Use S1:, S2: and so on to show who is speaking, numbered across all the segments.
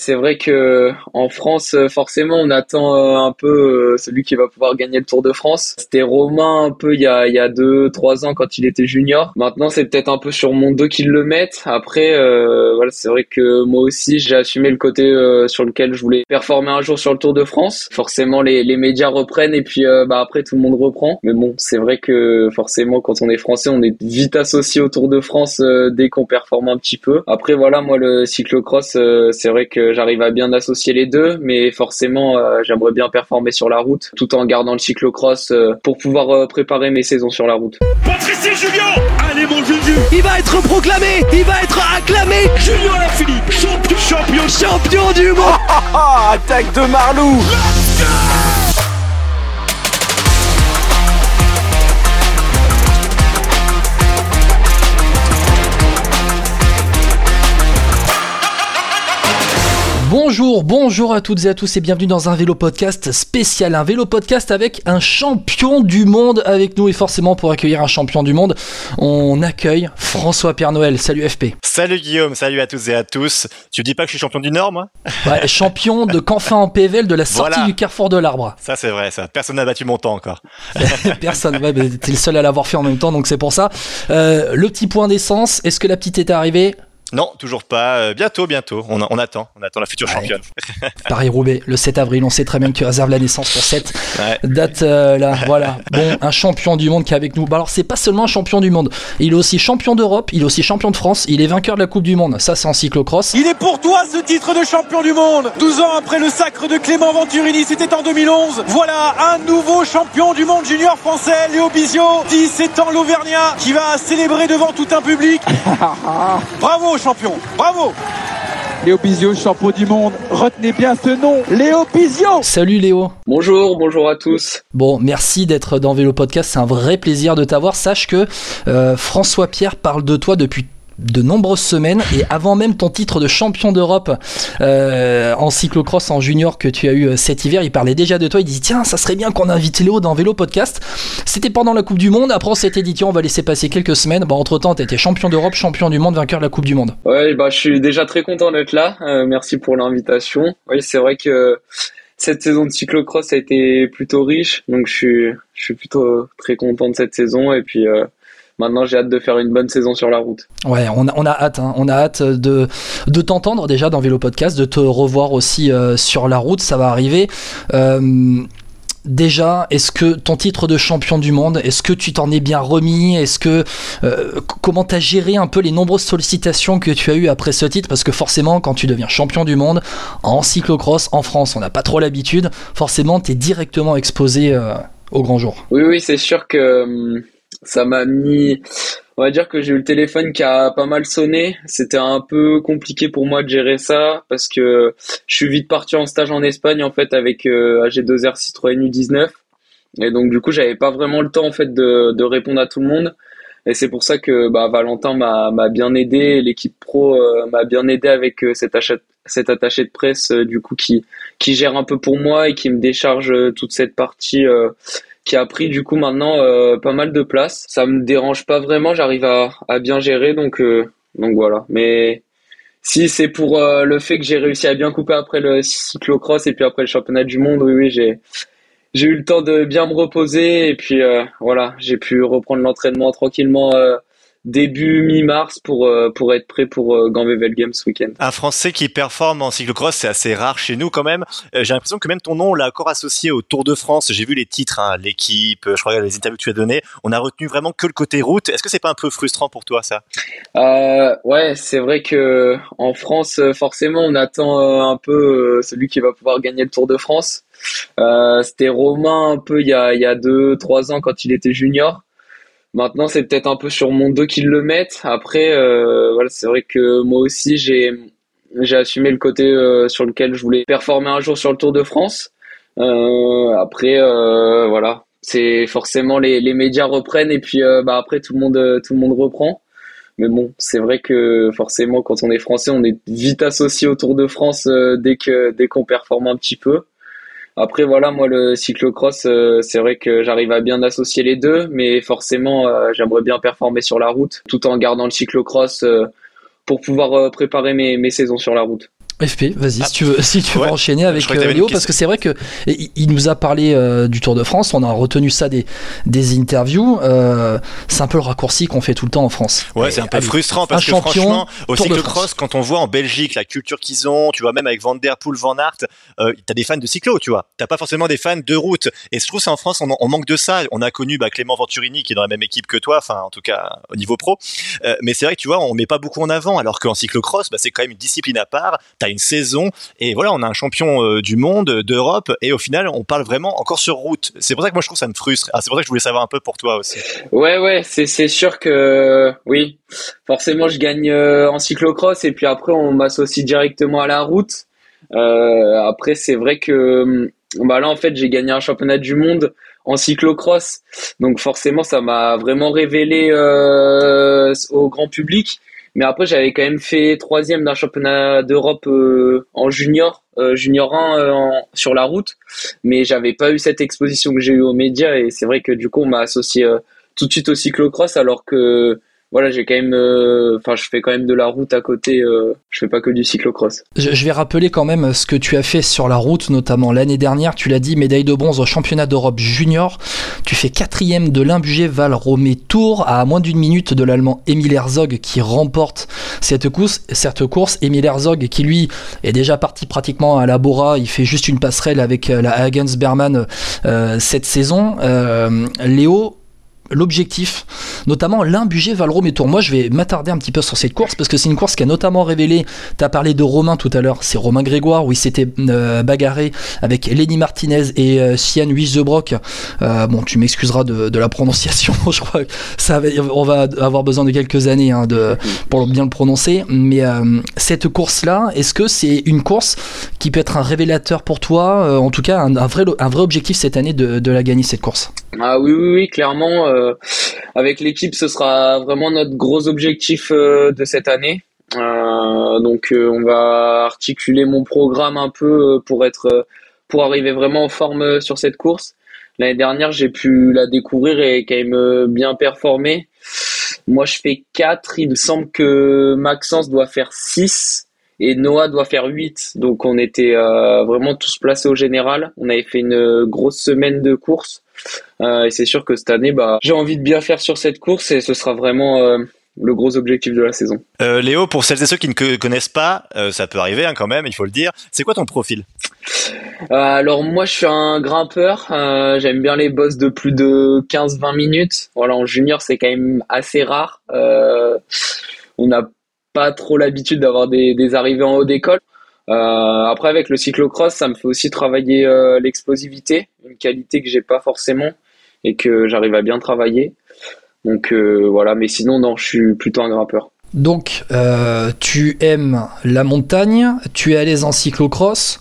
S1: c'est vrai que en France, forcément, on attend un peu celui qui va pouvoir gagner le Tour de France. C'était Romain un peu il y a 2, 3 ans quand il était junior. Maintenant, c'est peut-être un peu sur mon dos qu'ils le mettent. Après, voilà, c'est vrai que moi aussi, j'ai assumé le côté sur lequel je voulais performer un jour sur le Tour de France. Forcément, les médias reprennent et puis après tout le monde reprend. Mais bon, c'est vrai que forcément, quand on est français, on est vite associé au Tour de France dès qu'on performe un petit peu. Après, voilà, moi le cyclocross, c'est vrai que j'arrive à bien associer les deux, mais forcément, j'aimerais bien performer sur la route, tout en gardant le cyclocross pour pouvoir préparer mes saisons sur la route.
S2: Patrice et Julien, allez mon Juju,
S3: il va être proclamé, il va être acclamé.
S2: Julien Alaphilippe, champion
S3: du monde.
S4: Attaque de Marlou.
S2: Let's go.
S3: Bonjour à toutes et à tous et bienvenue dans un vélo podcast spécial, un vélo podcast avec un champion du monde avec nous. Et forcément, pour accueillir un champion du monde, on accueille François Père Noël. Salut FP.
S5: Salut Guillaume, salut à toutes et à tous. Tu dis pas que je suis champion du Nord, moi?
S3: Ouais, champion de Canfin en PVL de la sortie
S5: voilà.
S3: Du Carrefour de l'Arbre.
S5: Ça c'est vrai, ça. Personne n'a battu mon temps encore.
S3: Personne, ouais, mais t'es le seul à l'avoir fait en même temps, donc c'est pour ça. Le petit point d'essence, est-ce que la petite est arrivée?
S5: Non, toujours pas. Bientôt. On attend la future championne.
S3: Paris-Roubaix, le 7 avril. On sait très bien que tu réserves la naissance pour cette date là. Voilà. Bon, un champion du monde qui est avec nous. Bah alors, c'est pas seulement un champion du monde. Il est aussi champion d'Europe. Il est aussi champion de France. Il est vainqueur de la Coupe du Monde. Ça, c'est en cyclocross.
S4: Il est pour toi ce titre de champion du monde. 12 ans après le sacre de Clément Venturini, c'était en 2011. Voilà un nouveau champion du monde junior français, Léo Bizio, 17 ans l'Auvergnat, qui va célébrer devant tout un public. Bravo champion, bravo. Léo Bizio, champion du monde. Retenez bien ce nom, Léo Bizio.
S3: Salut Léo.
S1: Bonjour à tous.
S3: Bon, merci d'être dans Vélo Podcast. C'est un vrai plaisir de t'avoir. Sache que François Pierre parle de toi depuis de nombreuses semaines et avant même ton titre de champion d'Europe en cyclocross en junior que tu as eu cet hiver, il parlait déjà de toi. Il disait tiens, ça serait bien qu'on invite Léo dans Vélo Podcast. C'était pendant la Coupe du Monde. Après on s'était dit tiens, on va laisser passer quelques semaines. Bon, entre temps t'étais champion d'Europe, champion du monde, vainqueur de la Coupe du Monde.
S1: Ouais, je suis déjà très content d'être là. Merci pour l'invitation. Oui, c'est vrai que cette saison de cyclocross a été plutôt riche, donc je suis plutôt très content de cette saison et puis maintenant, j'ai hâte de faire une bonne saison sur la route.
S3: Ouais, on a hâte, hein. On a hâte de t'entendre déjà dans Vélo Podcast, de te revoir aussi sur la route, ça va arriver. Déjà, est-ce que ton titre de champion du monde, est-ce que tu t'en es bien remis? Est-ce que comment t'as géré un peu les nombreuses sollicitations que tu as eues après ce titre? Parce que forcément, quand tu deviens champion du monde en cyclocross en France, on n'a pas trop l'habitude. Forcément, t'es directement exposé au grand jour.
S1: Oui, c'est sûr que ça m'a mis, on va dire que j'ai eu le téléphone qui a pas mal sonné. C'était un peu compliqué pour moi de gérer ça parce que je suis vite parti en stage en Espagne en fait avec AG2R Citroën U19 et donc du coup j'avais pas vraiment le temps en fait de répondre à tout le monde et c'est pour ça que Valentin m'a bien aidé, l'équipe pro m'a bien aidé avec cet attaché de presse du coup qui gère un peu pour moi et qui me décharge toute cette partie qui a pris du coup maintenant pas mal de place. Ça me dérange pas vraiment, j'arrive à bien gérer donc voilà. Mais si c'est pour le fait que j'ai réussi à bien couper après le cyclocross et puis après le championnat du monde, oui j'ai eu le temps de bien me reposer et puis voilà, j'ai pu reprendre l'entraînement tranquillement début mi-mars pour être prêt pour Gambével Games ce week-end.
S5: Un Français qui performe en cyclocross, c'est assez rare chez nous quand même. J'ai l'impression que même ton nom, on l'a encore associé au Tour de France. J'ai vu les titres, hein, l'équipe, je crois les interviews que tu as données. On a retenu vraiment que le côté route. Est-ce que c'est pas un peu frustrant pour toi ça?
S1: Ouais, c'est vrai que en France, forcément, on attend un peu celui qui va pouvoir gagner le Tour de France. C'était Romain un peu il y a 2, 3 ans quand il était junior. Maintenant, c'est peut-être un peu sur mon dos qu'ils le mettent. Après, voilà, c'est vrai que moi aussi, j'ai assumé le côté sur lequel je voulais performer un jour sur le Tour de France. Après, voilà, c'est forcément les médias reprennent et puis après tout le monde reprend. Mais bon, c'est vrai que forcément, quand on est français, on est vite associé au Tour de France dès qu'on performe un petit peu. Après voilà, moi le cyclocross, c'est vrai que j'arrive à bien associer les deux, mais forcément j'aimerais bien performer sur la route, tout en gardant le cyclocross pour pouvoir préparer mes saisons sur la route.
S3: FP, vas-y, si tu veux
S5: Ouais.
S3: enchaîner avec
S5: Je crois que t'avais
S3: Léo,
S5: une
S3: parce que c'est vrai que il nous a parlé du Tour de France, on a retenu ça des interviews, c'est un peu le raccourci qu'on fait tout le temps en France.
S5: Ouais, c'est un peu frustrant parce
S3: un
S5: que
S3: champion,
S5: franchement, au
S3: Tour de
S5: cyclocross, quand on voit en Belgique la culture qu'ils ont, tu vois, même avec Van Der Poel, Van Aert, t'as des fans de cyclo, tu vois. T'as pas forcément des fans de route. Et je trouve ça en France, on manque de ça. On a connu Clément Venturini qui est dans la même équipe que toi, enfin en tout cas au niveau pro. Mais c'est vrai que tu vois, on met pas beaucoup en avant, alors qu'en cyclocross, c'est quand même une discipline à part. T'as une saison et voilà, on a un champion du monde, d'Europe, et au final, on parle vraiment encore sur route. C'est pour ça que moi je trouve ça me frustre. C'est pour ça que je voulais savoir un peu pour toi aussi.
S1: Ouais, c'est sûr que oui, forcément je gagne en cyclocross et puis après on m'associe directement à la route. Après c'est vrai que là en fait j'ai gagné un championnat du monde en cyclocross, donc forcément ça m'a vraiment révélé au grand public. Mais après j'avais quand même fait troisième d'un championnat d'Europe en junior 1 sur la route, mais j'avais pas eu cette exposition que j'ai eue aux médias et c'est vrai que du coup on m'a associé tout de suite au cyclocross alors que voilà j'ai quand même je fais quand même de la route à côté, je fais pas que du cyclocross.
S3: Je vais rappeler quand même ce que tu as fait sur la route, notamment l'année dernière, tu l'as dit, médaille de bronze au championnat d'Europe junior, tu fais 4e de l'Imbugé Val Romé Tour à moins d'une minute de l'Allemand Emil Herzog qui remporte cette course. Emil Herzog qui lui est déjà parti pratiquement à la Bora, il fait juste une passerelle avec la Hagens Berman cette saison. Léo, l'objectif, notamment l'Imbugé Val Romé Tour. Moi, je vais m'attarder un petit peu sur cette course parce que c'est une course qui a notamment révélé, tu as parlé de Romain tout à l'heure, c'est Romain Grégoire où il s'était bagarré avec Lenny Martinez et Sian Wijzebroek. Tu m'excuseras de la prononciation, je crois que on va avoir besoin de quelques années pour bien le prononcer, mais cette course-là, est-ce que c'est une course qui peut être un révélateur pour toi, en tout cas un vrai objectif cette année de la gagner cette course?
S1: Ah oui, clairement. Avec l'équipe, ce sera vraiment notre gros objectif de cette année. Donc, on va articuler mon programme un peu pour arriver vraiment en forme sur cette course. L'année dernière, j'ai pu la découvrir et quand même bien performer. Moi, je fais 4. Il me semble que Maxence doit faire 6 et Noah doit faire 8. Donc, on était vraiment tous placés au général. On avait fait une grosse semaine de course. Et c'est sûr que cette année, j'ai envie de bien faire sur cette course et ce sera vraiment le gros objectif de la saison.
S5: Léo, pour celles et ceux qui ne connaissent pas, ça peut arriver quand même, il faut le dire. C'est quoi ton profil?
S1: Alors moi, je suis un grimpeur. J'aime bien les bosses de plus de 15-20 minutes. Voilà, en junior, c'est quand même assez rare. On n'a pas trop l'habitude d'avoir des arrivées en haut d'école. Après avec le cyclocross, ça me fait aussi travailler l'explosivité, une qualité que j'ai pas forcément et que j'arrive à bien travailler. Donc voilà, mais sinon non, je suis plutôt un grimpeur.
S3: Donc tu aimes la montagne, tu es à l'aise en cyclocross.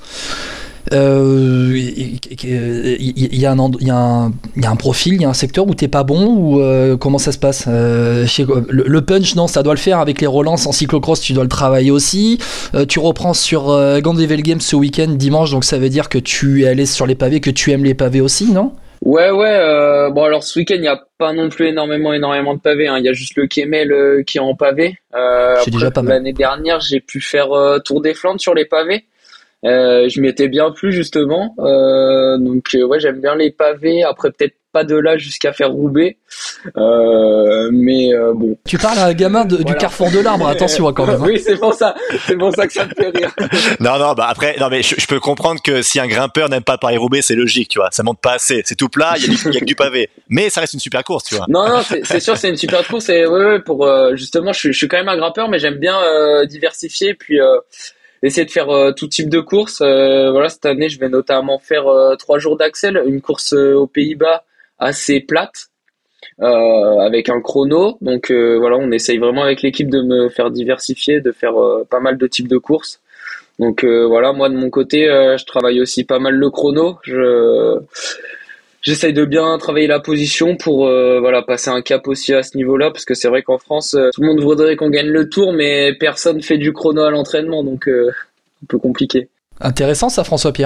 S3: Il y a un profil, il y a un secteur où t'es pas bon ou comment ça se passe le punch, non, ça doit le faire avec les relances en cyclocross, tu dois le travailler aussi. Tu reprends sur Gandevel Games ce week-end dimanche, donc ça veut dire que tu es à l'aise sur les pavés, que tu aimes les pavés aussi, non?
S1: Ouais. Bon alors ce week-end il y a pas non plus énormément de pavés. Il y a juste le Kemmel qui est en pavé.
S3: C'est déjà pas mal.
S1: L'année dernière j'ai pu faire Tour des Flandres sur les pavés. Je m'y étais bien plu justement. Donc ouais, j'aime bien les pavés. Après peut-être pas de là jusqu'à faire Roubaix. Mais bon.
S3: Tu parles à un gamin du carrefour de l'Arbre, attention quand même.
S1: Oui, c'est pour ça que ça me fait rire.
S5: Non, après, non, mais je peux comprendre que si un grimpeur n'aime pas Paris-Roubaix, c'est logique, tu vois. Ça monte pas assez. C'est tout plat, il y a que du pavé. Mais ça reste une super course, tu vois.
S1: Non, c'est sûr, c'est une super course. Et ouais, pour, justement, je suis quand même un grimpeur, mais j'aime bien, diversifier, puis, essayer de faire tout type de course. Voilà, cette année, je vais notamment faire 3 jours d'Axel, une course aux Pays-Bas assez plate, avec un chrono. Donc voilà, on essaye vraiment avec l'équipe de me faire diversifier, de faire pas mal de types de courses. Donc voilà, moi de mon côté, je travaille aussi pas mal le chrono. J'essaye de bien travailler la position pour passer un cap aussi à ce niveau-là, parce que c'est vrai qu'en France, tout le monde voudrait qu'on gagne le Tour, mais personne fait du chrono à l'entraînement, donc un peu compliqué.
S3: Intéressant ça, François Pierre.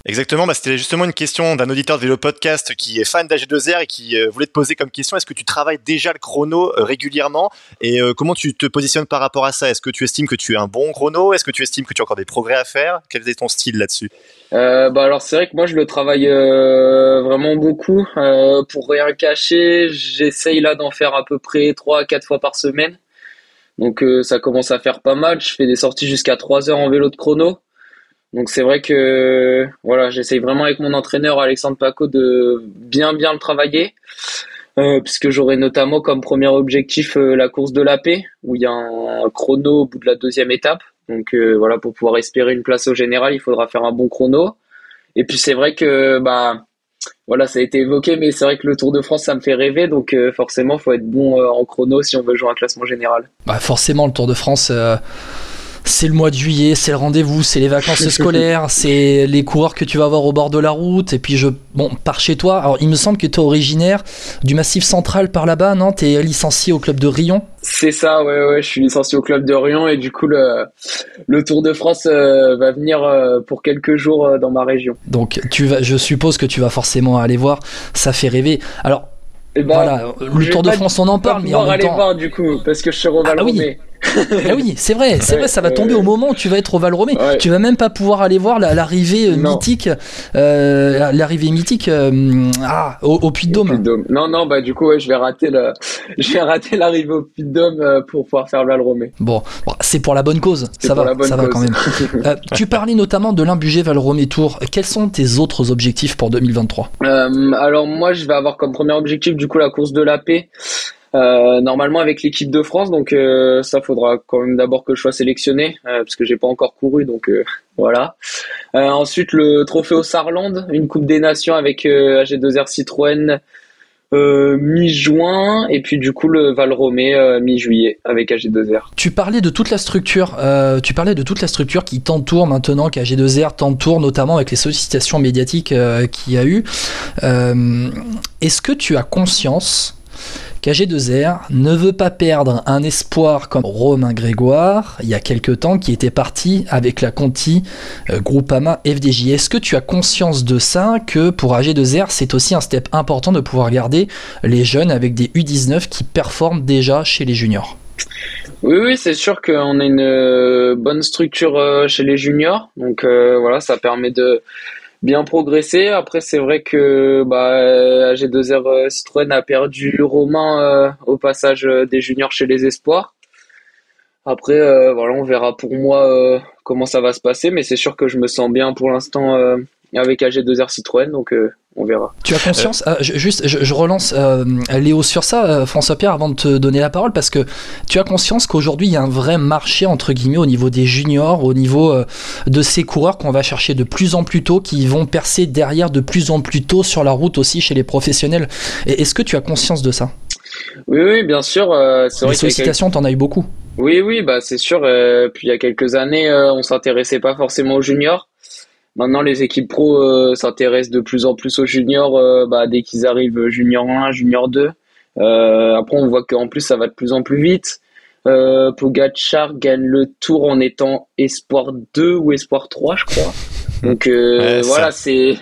S5: Exactement, c'était justement une question d'un auditeur de Vélo Podcast qui est fan d'AG2R et qui voulait te poser comme question, est-ce que tu travailles déjà le chrono régulièrement et comment tu te positionnes par rapport à ça? Est-ce que tu estimes que tu es un bon chrono? Est-ce que tu estimes que tu as encore des progrès à faire? Quel est ton style là-dessus?
S1: Alors c'est vrai que moi je le travaille vraiment beaucoup. Pour rien cacher, j'essaye là d'en faire à peu près 3 à 4 fois par semaine. Donc ça commence à faire pas mal. Je fais des sorties jusqu'à 3 heures en vélo de chrono. Donc c'est vrai que voilà, j'essaye vraiment avec mon entraîneur Alexandre Paco de bien le travailler, puisque j'aurai notamment comme premier objectif la course de la paix, où il y a un chrono au bout de la 2e étape. Donc voilà, pour pouvoir espérer une place au général, il faudra faire un bon chrono. Et puis c'est vrai que voilà, ça a été évoqué, mais c'est vrai que le Tour de France ça me fait rêver, donc forcément faut être bon en chrono si on veut jouer un classement général.
S3: Forcément le Tour de France. C'est le mois de juillet, c'est le rendez-vous, c'est les vacances scolaires, c'est les coureurs que tu vas voir au bord de la route. Et puis par chez toi. Alors il me semble que tu es originaire du Massif Central par là-bas, non? Tu es licencié au club de Rion?
S1: C'est ça, ouais, je suis licencié au club de Rion et du coup le Tour de France va venir pour quelques jours dans ma région.
S3: Donc je suppose que tu vas forcément aller voir. Ça fait rêver. Alors voilà, le Tour de France on en parle, mais en même temps.
S1: Je vais aller voir du coup parce que je suis au Val-Romé.
S3: Oui, c'est vrai, ça va tomber au moment où tu vas être au Val-Romé.
S1: Ouais.
S3: Tu vas même pas pouvoir aller voir l'arrivée mythique, au Puy-de-Dôme.
S1: Non, du coup, je vais rater l'arrivée au Puy-de-Dôme pour pouvoir faire le Val-Romé.
S3: Bon, c'est pour la bonne cause. Ça va quand même. Tu parlais notamment de l'Imbugé Val-Romé Tour. Quels sont tes autres objectifs pour 2023?
S1: Alors moi, je vais avoir comme premier objectif du coup la course de la paix. Normalement avec l'équipe de France, donc ça faudra quand même d'abord que je sois sélectionné parce que j'ai pas encore couru, donc voilà. Ensuite le trophée au Sarland, une Coupe des Nations avec AG2R Citroën mi-juin, et puis du coup le Val-Romé mi-juillet avec AG2R.
S3: Tu parlais de toute la structure, qui t'entoure maintenant, qu'AG2R t'entoure notamment avec les sollicitations médiatiques qu'il y a eu. Est-ce que tu as conscience qu'AG2R ne veut pas perdre un espoir comme Romain Grégoire, il y a quelques temps, qui était parti avec la Conti Groupama FDJ? Est-ce que tu as conscience de ça, que pour AG2R, c'est aussi un step important de pouvoir garder les jeunes avec des U19 qui performent déjà chez les juniors?
S1: Oui, c'est sûr qu'on a une bonne structure chez les juniors, donc voilà, ça permet de bien progressé. Après, c'est vrai que AG2R Citroën a perdu Romain au passage des juniors chez les espoirs. Après, voilà, on verra pour moi comment ça va se passer, mais c'est sûr que je me sens bien pour l'instant avec AG2R Citroën, donc on verra.
S3: Tu as conscience, je relance Léo sur ça, François-Pierre, avant de te donner la parole, parce que tu as conscience qu'aujourd'hui il y a un vrai marché entre guillemets au niveau des juniors, au niveau de ces coureurs qu'on va chercher de plus en plus tôt, qui vont percer derrière de plus en plus tôt sur la route aussi chez les professionnels. Et est-ce que tu as conscience de ça?
S1: Oui, bien sûr. C'est vrai
S3: les sollicitations, t'en as eu beaucoup.
S1: Oui, c'est sûr. Puis il y a quelques années, on s'intéressait pas forcément aux juniors. Maintenant, les équipes pro s'intéressent de plus en plus aux juniors dès qu'ils arrivent junior 1, junior 2. Après, on voit qu'en plus, ça va de plus en plus vite. Pogacar gagne le Tour en étant espoir 2 ou espoir 3, je crois. Donc voilà, c'est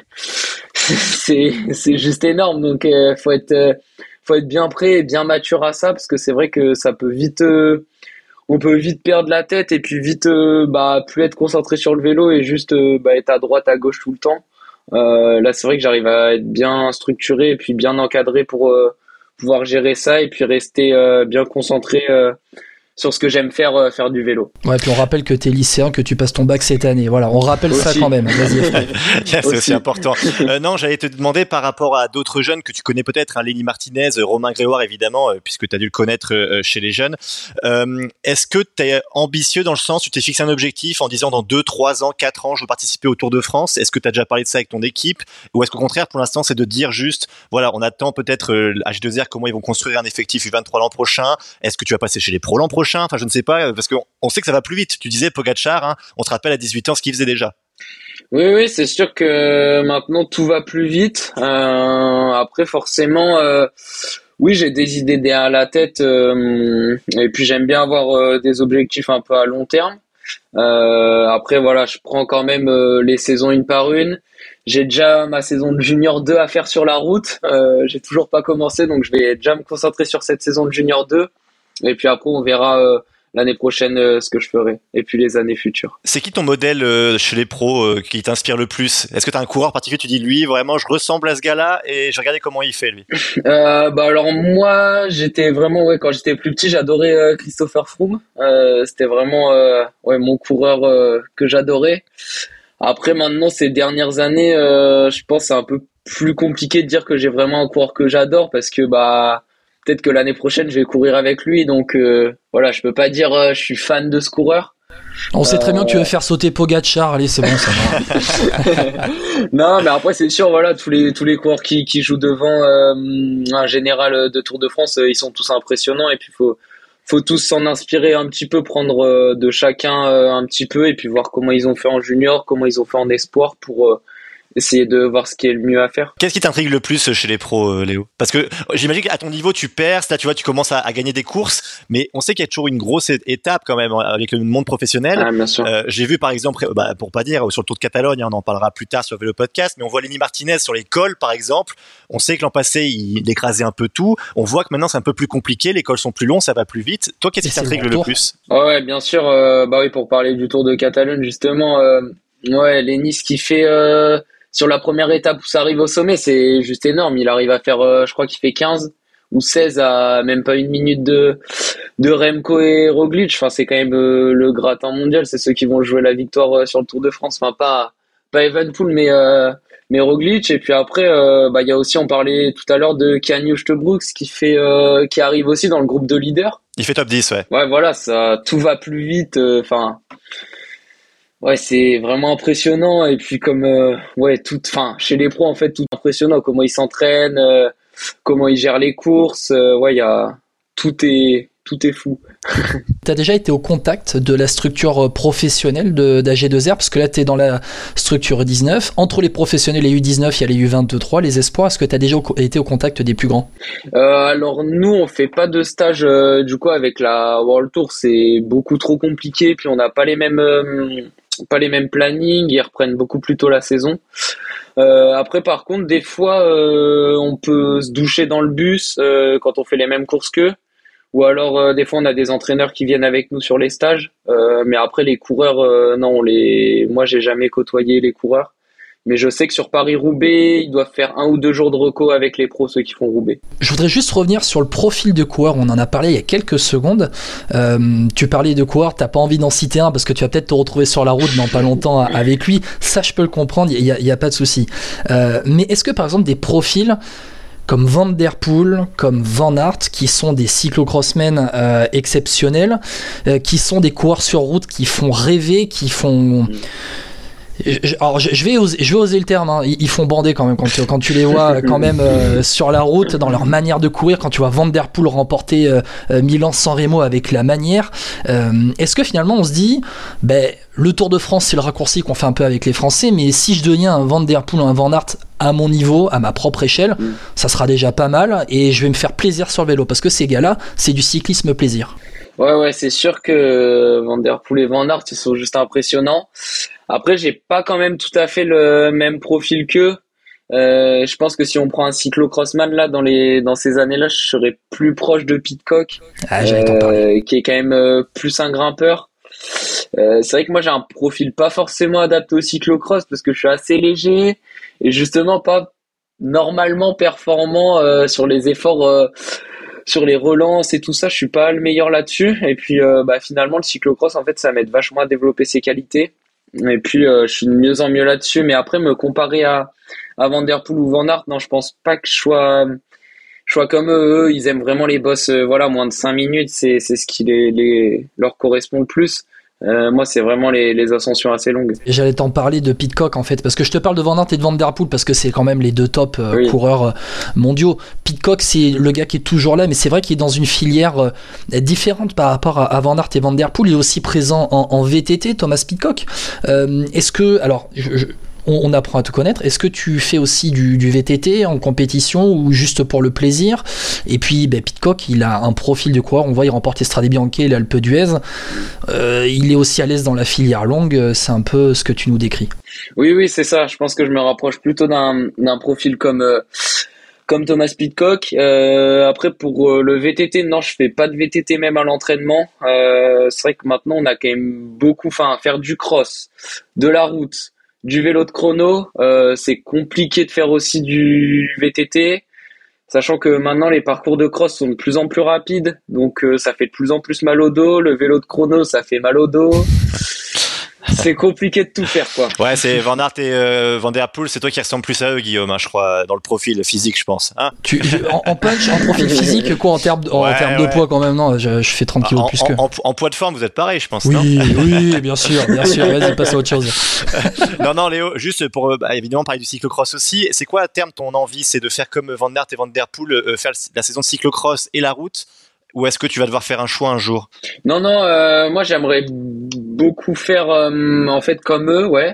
S1: juste énorme. Donc faut être bien prêt et bien mature à ça, parce que c'est vrai que ça peut vite on peut vite perdre la tête et puis vite plus être concentré sur le vélo et juste être à droite à gauche tout le temps. Là c'est vrai que j'arrive à être bien structuré et puis bien encadré pour pouvoir gérer ça et puis rester bien concentré sur ce que j'aime faire du vélo.
S3: Ouais, puis on rappelle que t'es lycéen, que tu passes ton bac cette année. Voilà, on rappelle
S1: aussi.
S3: Ça quand même. Vas-y.
S5: C'est aussi important. Non, j'allais te demander par rapport à d'autres jeunes que tu connais peut-être, Lenny Martinez, Romain Grégoire évidemment, puisque tu as dû le connaître chez les jeunes. Est-ce que tu es ambitieux dans le sens, tu t'es fixé un objectif en disant dans 2, 3 ans, 4 ans, je veux participer au Tour de France? Est-ce que tu as déjà parlé de ça avec ton équipe? Ou est-ce qu'au contraire, pour l'instant, c'est de dire juste, voilà, on attend peut-être H2R, comment ils vont construire un effectif U23 l'an prochain? Est-ce que tu vas passer chez les pros l'an prochain? Enfin, je ne sais pas, parce qu'on sait que ça va plus vite. Tu disais Pogacar, on se rappelle à 18 ans ce qu'il faisait déjà.
S1: Oui, c'est sûr que maintenant tout va plus vite. Après, forcément, oui, j'ai des idées derrière la tête, et puis j'aime bien avoir des objectifs un peu à long terme. Après voilà, je prends quand même les saisons une par une. J'ai déjà ma saison de Junior 2 à faire sur la route. J'ai toujours pas commencé, donc je vais déjà me concentrer sur cette saison de Junior 2. Et puis après, on verra l'année prochaine ce que je ferai. Et puis les années futures.
S5: C'est qui ton modèle chez les pros qui t'inspire le plus? Est-ce que tu as un coureur particulier, tu dis lui, vraiment, je ressemble à ce gars-là et je regardais comment il fait lui?
S1: Bah alors moi, j'étais vraiment, quand j'étais plus petit, j'adorais Christopher Froome. C'était vraiment mon coureur que j'adorais. Après, maintenant, ces dernières années, je pense que c'est un peu plus compliqué de dire que j'ai vraiment un coureur que j'adore parce que peut-être que l'année prochaine, je vais courir avec lui. Donc voilà, je peux pas dire je suis fan de ce coureur.
S3: On sait très bien que tu veux faire sauter Pogacar. Allez, c'est bon, ça va.
S1: Non, mais après, c'est sûr, voilà, tous les coureurs qui jouent devant un général de Tour de France, ils sont tous impressionnants et puis faut tous s'en inspirer un petit peu, prendre de chacun un petit peu et puis voir comment ils ont fait en junior, comment ils ont fait en espoir pour essayer de voir ce qui est le mieux à faire.
S5: Qu'est-ce qui t'intrigue le plus chez les pros, Léo? Parce que j'imagine qu'à ton niveau, tu perces, là, tu vois, tu commences à gagner des courses, mais on sait qu'il y a toujours une grosse étape quand même avec le monde professionnel.
S1: Ah, bien sûr.
S5: J'ai vu par exemple, pour pas dire, sur le Tour de Catalogne, on en parlera plus tard sur le Vélo Podcast, mais on voit Lenny Martinez sur les cols par exemple. On sait que l'an passé, il écrasait un peu tout. On voit que maintenant, c'est un peu plus compliqué, les cols sont plus longs, ça va plus vite. Toi, qu'est-ce qui t'intrigue le plus?
S1: Ouais, bien sûr. Oui, pour parler du Tour de Catalogne, justement, Lenny, ce qu'il fait sur la première étape où ça arrive au sommet, c'est juste énorme. Il arrive à faire, je crois qu'il fait 15 ou 16 à même pas une minute de Remco et Roglic. Enfin, c'est quand même le gratin mondial. C'est ceux qui vont jouer la victoire sur le Tour de France. Enfin, pas Evenepoel, mais Roglic. Et puis après, il y a aussi, on parlait tout à l'heure de Kanye Brooks qui arrive aussi dans le groupe de leaders.
S5: Il fait top 10, ouais.
S1: Ouais, voilà, tout va plus vite. Ouais, c'est vraiment impressionnant et puis chez les pros en fait tout impressionnant, comment ils s'entraînent, comment ils gèrent les courses, tout est fou.
S3: T'as déjà été au contact de la structure professionnelle d'AG2R parce que là t'es dans la structure 19. Entre les professionnels et U19, il y a les U23, les espoirs. Est-ce que t'as déjà été au contact des plus grands?
S1: Alors nous on fait pas de stage du coup avec la World Tour, c'est beaucoup trop compliqué puis on n'a pas les mêmes plannings, ils reprennent beaucoup plus tôt la saison. Après par contre des fois on peut se doucher dans le bus quand on fait les mêmes courses qu'eux, ou alors des fois on a des entraîneurs qui viennent avec nous sur les stages, mais après les coureurs non, moi j'ai jamais côtoyé les coureurs, mais je sais que sur Paris-Roubaix ils doivent faire 1 ou 2 jours de reco avec les pros, ceux qui font Roubaix.
S3: Je voudrais juste revenir sur le profil de coureur, on en a parlé il y a quelques secondes. Tu parlais de coureur, t'as pas envie d'en citer un parce que tu vas peut-être te retrouver sur la route dans pas longtemps avec lui, ça je peux le comprendre, il y a pas de souci. Mais est-ce que par exemple des profils comme Van Der Poel, comme Van Aert, qui sont des cyclocrossmen exceptionnels, qui sont des coureurs sur route qui font rêver, qui font... Alors je vais oser le terme, hein. Ils font bander quand même quand tu les vois quand même sur la route, dans leur manière de courir. Quand tu vois Van Der Poel remporter Milan-San Remo avec la manière, est-ce que finalement on se dit le Tour de France c'est le raccourci qu'on fait un peu avec les Français, mais si je deviens un Van Der Poel ou un Van Aert à mon niveau, à ma propre échelle, ça sera déjà pas mal et je vais me faire plaisir sur le vélo parce que ces gars-là c'est du cyclisme plaisir.
S1: Ouais, c'est sûr que Van Der Poel et Van Aert ils sont juste impressionnants. Après, j'ai pas quand même tout à fait le même profil qu'eux. Je pense que si on prend un cyclocrossman là dans ces années-là, je serais plus proche de Pidcock, qui est quand même plus un grimpeur. C'est vrai que moi j'ai un profil pas forcément adapté au cyclocross parce que je suis assez léger et justement pas normalement performant sur les efforts. Sur les relances et tout ça, je suis pas le meilleur là-dessus. Et puis, finalement, le cyclocross, en fait, ça m'aide vachement à développer ses qualités. Et puis, je suis de mieux en mieux là-dessus. Mais après, me comparer à Van Der Poel ou Van Aert, non, je pense pas que je sois comme eux. Ils aiment vraiment les bosses, moins de 5 minutes. C'est ce qui leur correspond le plus. Moi, c'est vraiment les ascensions assez longues.
S3: J'allais t'en parler de Pidcock en fait, parce que je te parle de Van Aert et de Van Der Poel parce que c'est quand même les deux top coureurs mondiaux. Pidcock, c'est le gars qui est toujours là, mais c'est vrai qu'il est dans une filière différente par rapport à Van Aert et Van Der Poel. Il est aussi présent en VTT, Thomas Pidcock. Est-ce que, alors, on apprend à te connaître. Est-ce que tu fais aussi du VTT en compétition ou juste pour le plaisir? Et puis Pidcock, il a un profil de coureur, on voit il remporte Strade Bianche et l'Alpe d'Huez, il est aussi à l'aise dans la filière longue, c'est un peu ce que tu nous décris.
S1: Oui, c'est ça, je pense que je me rapproche plutôt d'un profil comme Thomas Pidcock. Après pour le VTT, non, je fais pas de VTT même à l'entraînement. C'est vrai que maintenant on a quand même beaucoup, faire du cross, de la route, du vélo de chrono, c'est compliqué de faire aussi du VTT, sachant que maintenant les parcours de cross sont de plus en plus rapides, donc ça fait de plus en plus mal au dos. Le vélo de chrono, ça fait mal au dos. C'est compliqué de tout faire, quoi.
S5: Ouais, c'est Van Aert et Van der Poel, c'est toi qui ressemble plus à eux, Guillaume, je crois, dans le profil physique, je pense. Hein,
S3: en punch, en profil physique, quoi, en termes de poids quand même, non, je fais 30 kilos plus que.
S5: En poids de forme, vous êtes pareil, je pense,
S3: oui,
S5: non?
S3: Oui, bien sûr, vas-y, passe à autre chose.
S5: Non, Léo, juste pour, évidemment, parler du cyclocross aussi, c'est quoi à terme ton envie? C'est de faire comme Van Aert et Van der Poel, faire la saison de cyclocross et la route? Ou est-ce que tu vas devoir faire un choix un jour?
S1: Non, moi j'aimerais beaucoup faire en fait comme eux, ouais.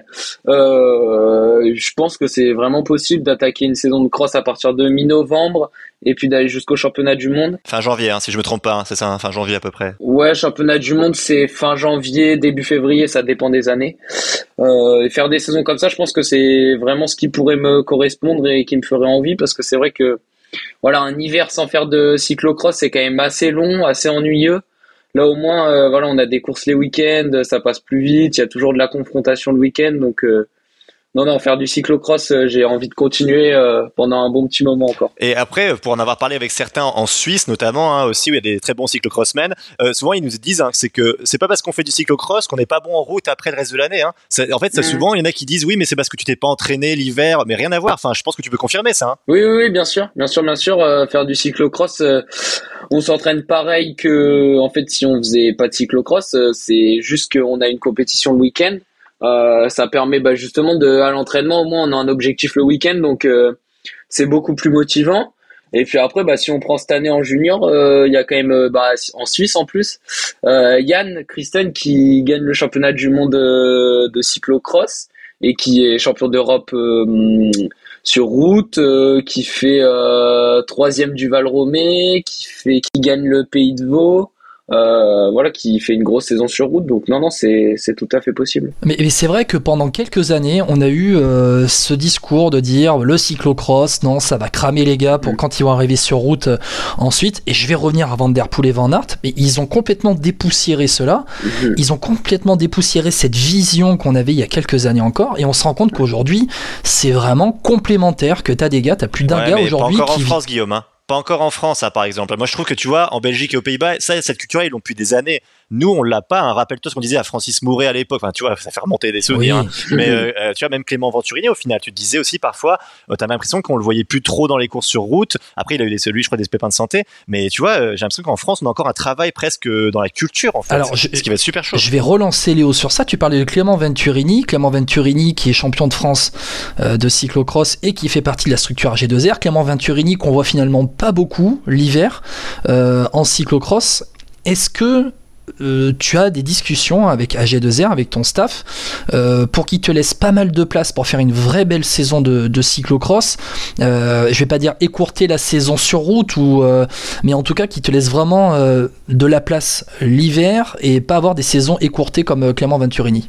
S1: Je pense que c'est vraiment possible d'attaquer une saison de cross à partir de mi-novembre et puis d'aller jusqu'au championnat du monde.
S5: Fin janvier, si je me trompe pas, c'est ça, fin janvier à peu près.
S1: Ouais, championnat du monde c'est fin janvier, début février, ça dépend des années. Et faire des saisons comme ça, je pense que c'est vraiment ce qui pourrait me correspondre et qui me ferait envie, parce que c'est vrai que voilà, un hiver sans faire de cyclocross, c'est quand même assez long, assez ennuyeux. Là, au moins, on a des courses les week-ends, ça passe plus vite, il y a toujours de la confrontation le week-end. Donc, non, faire du cyclocross, j'ai envie de continuer pendant un bon petit moment encore.
S5: Et après, pour en avoir parlé avec certains en Suisse notamment, aussi où il y a des très bons cyclocrossmen, souvent ils nous disent c'est que c'est pas parce qu'on fait du cyclocross qu'on n'est pas bon en route après le reste de l'année. En fait, souvent il y en a qui disent oui, mais c'est parce que tu t'es pas entraîné l'hiver, mais rien à voir. Enfin, je pense que tu peux confirmer ça.
S1: Oui, bien sûr. Faire du cyclocross, on s'entraîne pareil que en fait si on faisait pas de cyclocross. C'est juste qu'on a une compétition le week-end. Ça permet justement à l'entraînement, au moins on a un objectif le week-end, donc c'est beaucoup plus motivant. Et puis après, si on prend cette année en junior, il y a quand même en Suisse en plus Jan Christen qui gagne le championnat du monde de cyclocross et qui est champion d'Europe sur route, qui fait 3e du Val-Romé, qui gagne le Pays de Vaud. Qui fait une grosse saison sur route, donc non, c'est tout à fait possible.
S3: Mais c'est vrai que pendant quelques années, on a eu ce discours de dire le cyclocross, non, ça va cramer les gars pour quand ils vont arriver sur route ensuite. Et je vais revenir à Van der Poel et Van Aert, mais ils ont complètement dépoussiéré cela. Ils ont complètement dépoussiéré cette vision qu'on avait il y a quelques années encore, et on se rend compte qu'aujourd'hui, c'est vraiment complémentaire. Que t'as plus d'un gars aujourd'hui
S5: pas encore en France, Guillaume. Pas encore en France, ça, par exemple. Moi, je trouve que, tu vois, en Belgique et aux Pays-Bas, cette culture-là, ils l'ont depuis des années. Nous, on l'a pas. Rappelle-toi ce qu'on disait à Francis Mouret à l'époque. Enfin, tu vois, ça fait remonter des souvenirs.
S3: Oui.
S5: Mais tu vois, même Clément Venturini, au final, tu te disais aussi parfois, t'avais l'impression qu'on le voyait plus trop dans les courses sur route. Après, il a eu je crois, des pépins de santé. Mais tu vois, j'ai l'impression qu'en France, on a encore un travail presque dans la culture, en fait. Alors, ce qui va être super chaud.
S3: Je vais relancer Léo sur ça. Tu parlais de Clément Venturini qui est champion de France de cyclocross et qui fait partie de la structure AG2R. Clément Venturini qu'on voit finalement pas beaucoup l'hiver en cyclocross. Est-ce que tu as des discussions avec AG2R, avec ton staff, pour qu'ils te laissent pas mal de place pour faire une vraie belle saison de cyclocross, je vais pas dire écourter la saison sur route, mais en tout cas qu'ils te laissent vraiment de la place l'hiver et pas avoir des saisons écourtées comme Clément Venturini?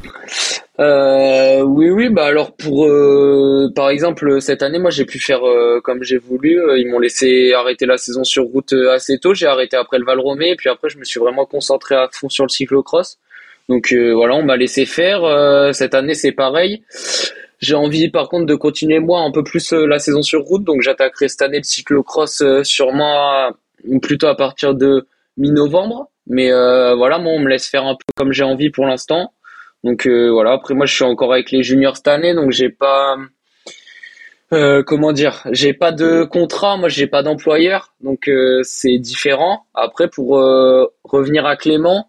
S1: Oui, alors pour par exemple cette année, moi j'ai pu faire comme j'ai voulu. Ils m'ont laissé arrêter la saison sur route assez tôt. J'ai arrêté après le Val-Romé et puis après je me suis vraiment concentré à fond sur le cyclocross. Donc on m'a laissé faire. Cette année c'est pareil. J'ai envie par contre de continuer moi un peu plus la saison sur route, donc j'attaquerai cette année le cyclocross sûrement plutôt à partir de mi-novembre. Mais moi on me laisse faire un peu comme j'ai envie pour l'instant. Donc après moi je suis encore avec les juniors cette année, donc j'ai pas j'ai pas de contrat, moi j'ai pas d'employeur, donc c'est différent. Après pour revenir à Clément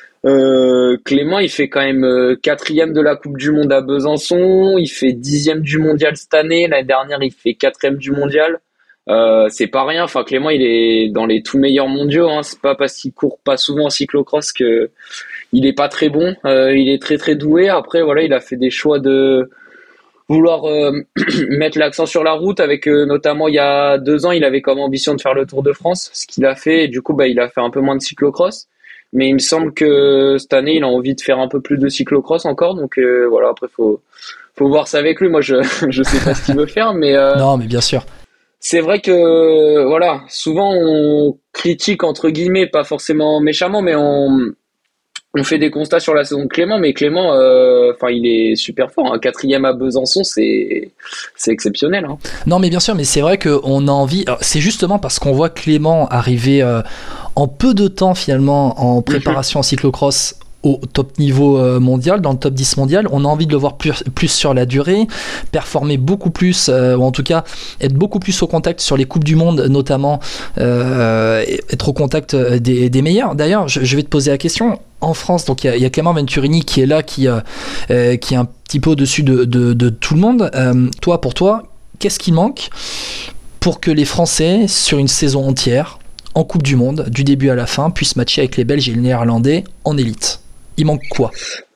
S1: il fait quand même 4e de la Coupe du Monde à Besançon, il fait 10e du mondial cette année, l'année dernière il fait 4e du mondial. C'est pas rien, Clément il est dans les tout meilleurs mondiaux, c'est pas parce qu'il court pas souvent en cyclocross que il est pas très bon, il est très très doué. Après il a fait des choix de vouloir mettre l'accent sur la route avec notamment il y a 2 ans, il avait comme ambition de faire le Tour de France, ce qu'il a fait, et du coup il a fait un peu moins de cyclocross. Mais il me semble que cette année, il a envie de faire un peu plus de cyclocross encore, donc voilà, après faut voir ça avec lui. Moi je sais pas ce qu'il veut faire, mais
S3: Non, mais bien sûr.
S1: c'est vrai que voilà, souvent on critique entre guillemets, pas forcément méchamment, mais on fait des constats sur la saison de Clément, mais Clément, enfin, il est super fort. Un 4e à Besançon, c'est exceptionnel. Hein.
S3: Non, mais bien sûr, mais c'est vrai qu'on a envie. Alors, c'est justement parce qu'on voit Clément arriver en peu de temps finalement en préparation en cyclocross au top niveau mondial, dans le top 10 mondial. On a envie de le voir plus sur la durée, performer beaucoup plus, ou en tout cas être beaucoup plus au contact sur les Coupes du Monde, notamment être au contact des meilleurs. D'ailleurs, je vais te poser la question. En France, donc il y a Clément Venturini qui est là, qui est un petit peu au-dessus de tout le monde. Pour toi, qu'est-ce qui manque pour que les Français, sur une saison entière, en Coupe du Monde, du début à la fin, puissent matcher avec les Belges et les Néerlandais en élite? Il manque quoi?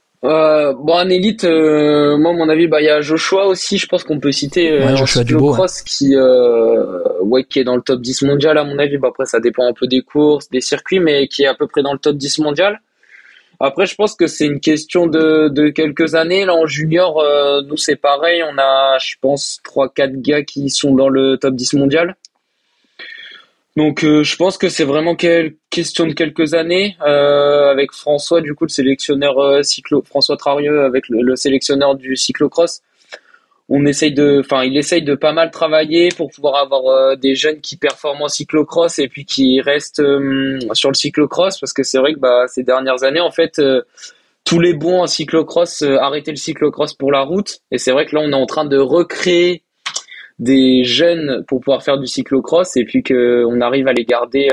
S1: En élite, moi, à mon avis, il y a Joshua aussi. Je pense qu'on peut citer
S3: Joshua Dubois,
S1: cyclocross qui est dans le top 10 mondial, à mon avis. Après, ça dépend un peu des courses, des circuits, mais qui est à peu près dans le top 10 mondial. Après, je pense que c'est une question de quelques années. Là, en junior, nous, c'est pareil. On a, je pense, 3-4 gars qui sont dans le top 10 mondial. Donc, je pense que c'est vraiment question de quelques années. Avec François, du coup, le sélectionneur François Trarieux, avec le sélectionneur du cyclocross. Il essaye de pas mal travailler pour pouvoir avoir des jeunes qui performent en cyclocross et puis qui restent sur le cyclocross, parce que c'est vrai que ces dernières années, en fait, tous les bons en cyclocross arrêtaient le cyclocross pour la route, et c'est vrai que là on est en train de recréer des jeunes pour pouvoir faire du cyclocross, et puis qu'on arrive à les garder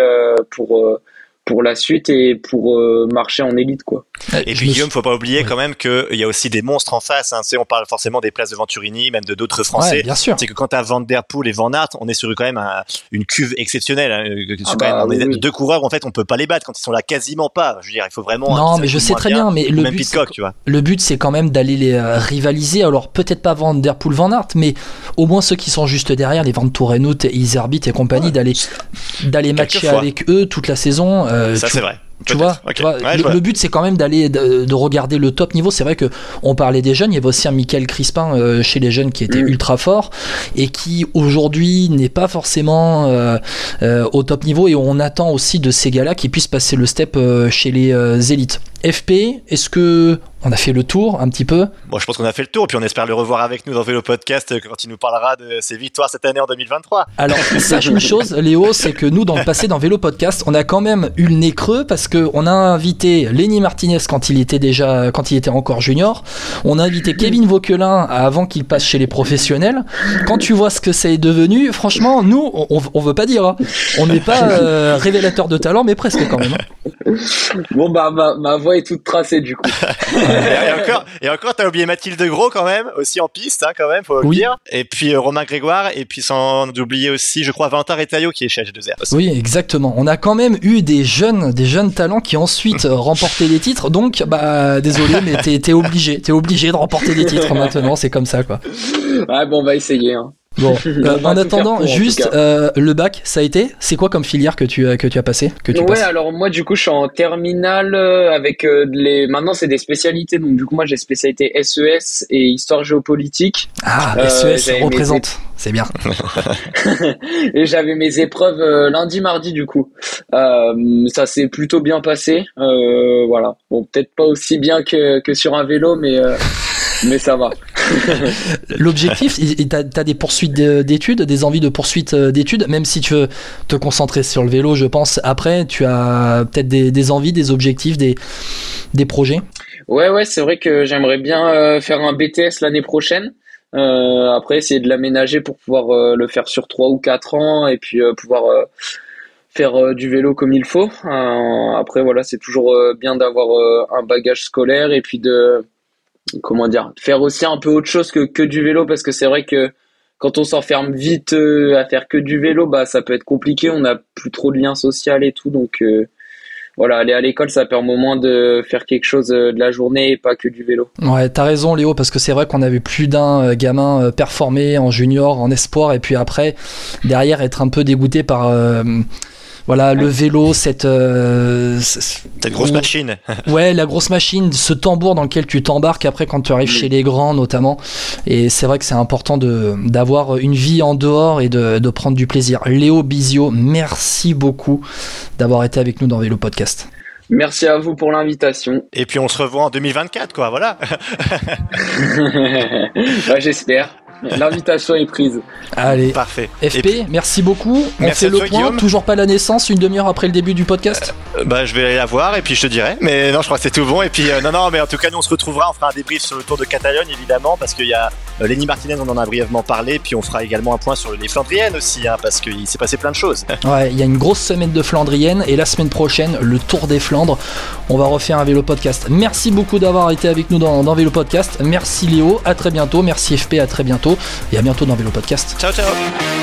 S1: pour la suite et pour marcher en élite, quoi.
S5: Et puis Guillaume, faut pas oublier quand même qu'il y a aussi des monstres en face. Hein. Tu sais, on parle forcément des places de Venturini, même de d'autres Français.
S3: Ouais, bien sûr.
S5: C'est que quand t'as Van Der Poel et Van Aert, on est sur quand même une cuve exceptionnelle. Hein.
S1: Oui.
S5: Deux coureurs, en fait, on peut pas les battre quand ils sont là quasiment pas. Je veux dire, il faut vraiment.
S3: Non, mais je sais très bien, mais le but, c'est quand même d'aller les rivaliser. Alors peut-être pas Van Der Poel, Van Aert, mais au moins ceux qui sont juste derrière, les Van Torenhout, Iserbyt et compagnie, d'aller matcher avec eux toute la saison.
S5: Ça, c'est vrai.
S3: Tu vois, le but c'est quand même d'aller de regarder le top niveau. C'est vrai que on parlait des jeunes, il y avait aussi un Michael Crispin chez les jeunes qui était ultra fort et qui aujourd'hui n'est pas forcément au top niveau, et on attend aussi de ces gars-là qui puissent passer le step chez les élites. FP, est-ce que on a fait le tour un petit peu?
S5: Bon, je pense qu'on a fait le tour, et puis on espère le revoir avec nous dans Vélo Podcast quand il nous parlera de ses victoires cette année en 2023.
S3: Alors, sache une chose, Léo, c'est que nous, dans le passé, dans Vélo Podcast, on a quand même eu le nez creux parce que on a invité Lenny Martinez quand il était encore junior. On a invité Kevin Vauquelin avant qu'il passe chez les professionnels. Quand tu vois ce que ça est devenu, franchement, nous, on veut pas dire, hein. On n'est pas révélateur de talent, mais presque quand même.
S1: Bon, ma voix est toute tracée, du coup.
S5: et encore, t'as oublié Mathilde Gros quand même, aussi en piste, hein, quand même, faut le dire. Et puis Romain Grégoire, et puis sans oublier aussi, je crois, Valentin Retailleau qui est chez H2R.
S3: Oui, exactement. On a quand même eu des jeunes talents qui ensuite remportaient des titres. Donc, désolé, mais t'es obligé de remporter des titres maintenant. C'est comme ça, quoi.
S1: Ouais, bon, on va essayer. Hein.
S3: Bon, en attendant, juste le bac, ça a été. C'est quoi comme filière que tu as passé, que tu passes?
S1: Alors moi du coup je suis en terminale avec maintenant c'est des spécialités, donc du coup moi j'ai spécialité SES et histoire géopolitique.
S3: SES représente, c'est bien.
S1: Et j'avais mes épreuves lundi mardi du coup. Ça s'est plutôt bien passé. Voilà. Bon, peut-être pas aussi bien que sur un vélo, mais ça va.
S3: L'objectif, t'as des poursuites d'études, des envies de poursuite d'études, même si tu veux te concentrer sur le vélo, je pense. Après, tu as peut-être des envies, des objectifs, des projets.
S1: Ouais, c'est vrai que j'aimerais bien faire un BTS l'année prochaine. Après, essayer de l'aménager pour pouvoir le faire sur 3 ou 4 ans et puis pouvoir faire du vélo comme il faut. Après, voilà, c'est toujours bien d'avoir un bagage scolaire et puis faire aussi un peu autre chose que du vélo, parce que c'est vrai que quand on s'enferme vite à faire que du vélo, ça peut être compliqué, on n'a plus trop de lien social et tout, donc voilà, aller à l'école, ça permet au moins de faire quelque chose de la journée et pas que du vélo.
S3: Ouais, t'as raison Léo, parce que c'est vrai qu'on avait plus d'un gamin performé en junior, en espoir, et puis après, derrière, être un peu dégoûté par... voilà, le vélo, cette
S5: grosse machine.
S3: Ouais, la grosse machine, ce tambour dans lequel tu t'embarques après quand tu arrives chez les grands notamment. Et c'est vrai que c'est important d'avoir une vie en dehors et de prendre du plaisir. Léo Bizio, merci beaucoup d'avoir été avec nous dans Vélo Podcast.
S1: Merci à vous pour l'invitation.
S5: Et puis on se revoit en 2024, quoi, voilà.
S1: Ouais, j'espère. L'invitation est prise.
S3: Allez,
S5: parfait.
S3: FP, puis, merci beaucoup.
S5: Merci
S3: on fait
S5: à toi,
S3: le point,
S5: Guillaume.
S3: Toujours pas la naissance, une demi-heure après le début du podcast.
S5: Je vais aller la voir et puis je te dirai. Mais non, je crois que c'est tout bon. Et puis non, mais en tout cas, nous on se retrouvera. On fera un débrief sur le Tour de Catalogne évidemment, parce qu'il y a Lenny Martinez, on en a brièvement parlé. Puis on fera également un point sur les Flandriennes aussi, parce qu'il s'est passé plein de choses.
S3: Ouais, il y a une grosse semaine de Flandrienne et la semaine prochaine, le Tour des Flandres. On va refaire un Vélo Podcast. Merci beaucoup d'avoir été avec nous dans Vélo Podcast. Merci Léo, à très bientôt. Merci FP, à très bientôt. Et à bientôt dans Vélo Podcast.
S5: Ciao, ciao.